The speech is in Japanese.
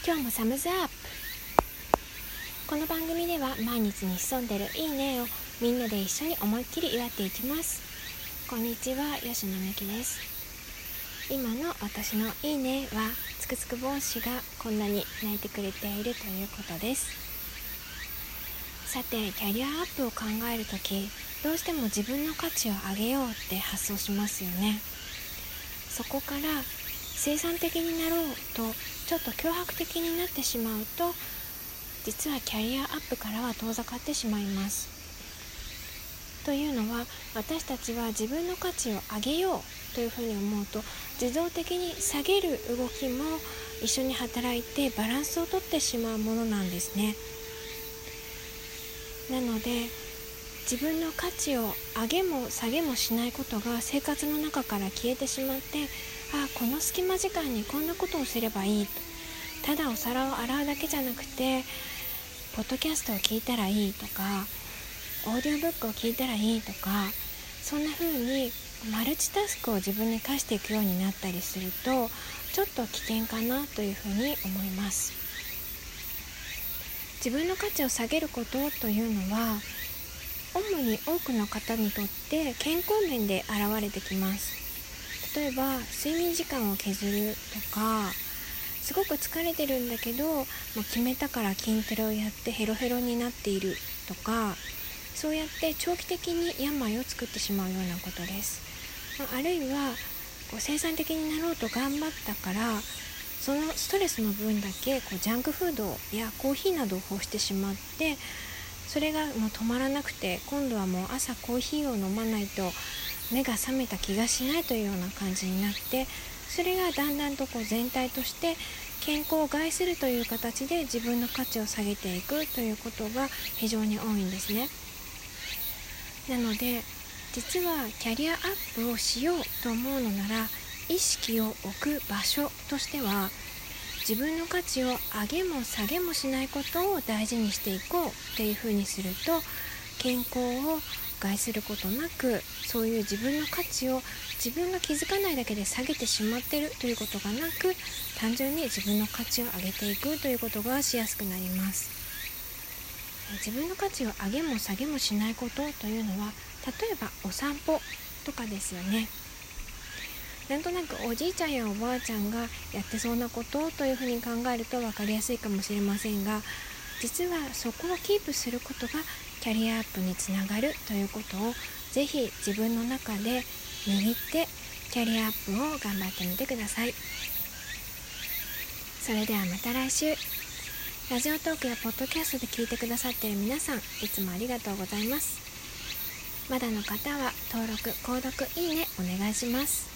今日もサムズアップ。この番組では毎日に潜んでるいいねをみんなで一緒に思いっきり祝っていきます。こんにちは、吉野美希です。今の私のいいねはつくつく帽子がこんなに泣いてくれているということです。さて、キャリアアップを考えるとき、どうしても自分の価値を上げようって発想しますよね。そこから生産的になろうとちょっと脅迫的になってしまうと、実はキャリアアップからは遠ざかってしまいます。というのは、私たちは自分の価値を上げようというふうに思うと、自動的に下げる動きも一緒に働いてバランスをとってしまうものなんですね。なので、自分の価値を上げも下げもしないことが生活の中から消えてしまって、この隙間時間にこんなことをすればいい、ただお皿を洗うだけじゃなくてポッドキャストを聞いたらいいとか、オーディオブックを聞いたらいいとか、そんな風にマルチタスクを自分に課していくようになったりすると、ちょっと危険かなというふうに思います。自分の価値を下げることというのは、主に多くの方にとって健康面で現れてきます。例えば睡眠時間を削るとか、すごく疲れてるんだけどもう決めたから筋トレをやってヘロヘロになっているとか、そうやって長期的に病を作ってしまうようなことです。あるいは生産的になろうと頑張ったから、そのストレスの分だけジャンクフードやコーヒーなどを欲してしまって、それがもう止まらなくて、今度はもう朝コーヒーを飲まないと目が覚めた気がしないというような感じになって、それがだんだんと全体として健康を害するという形で自分の価値を下げていくということが非常に多いんですね。なので、実はキャリアアップをしようと思うのなら、意識を置く場所としては、自分の価値を上げも下げもしないことを大事にしていこうっていうふうにすると、健康を害することなく、そういう自分の価値を自分が気づかないだけで下げてしまっているということがなく、単純に自分の価値を上げていくということがしやすくなります。自分の価値を上げも下げもしないことというのは、例えばお散歩とかですよね。なんとなくおじいちゃんやおばあちゃんがやってそうなことというふうに考えると分かりやすいかもしれませんが、実はそこをキープすることがキャリアアップにつながるということを、ぜひ自分の中で握ってキャリアアップを頑張ってみてください。それではまた来週。ラジオトークやポッドキャストで聞いてくださっている皆さん、いつもありがとうございます。まだの方は登録、購読、いいねお願いします。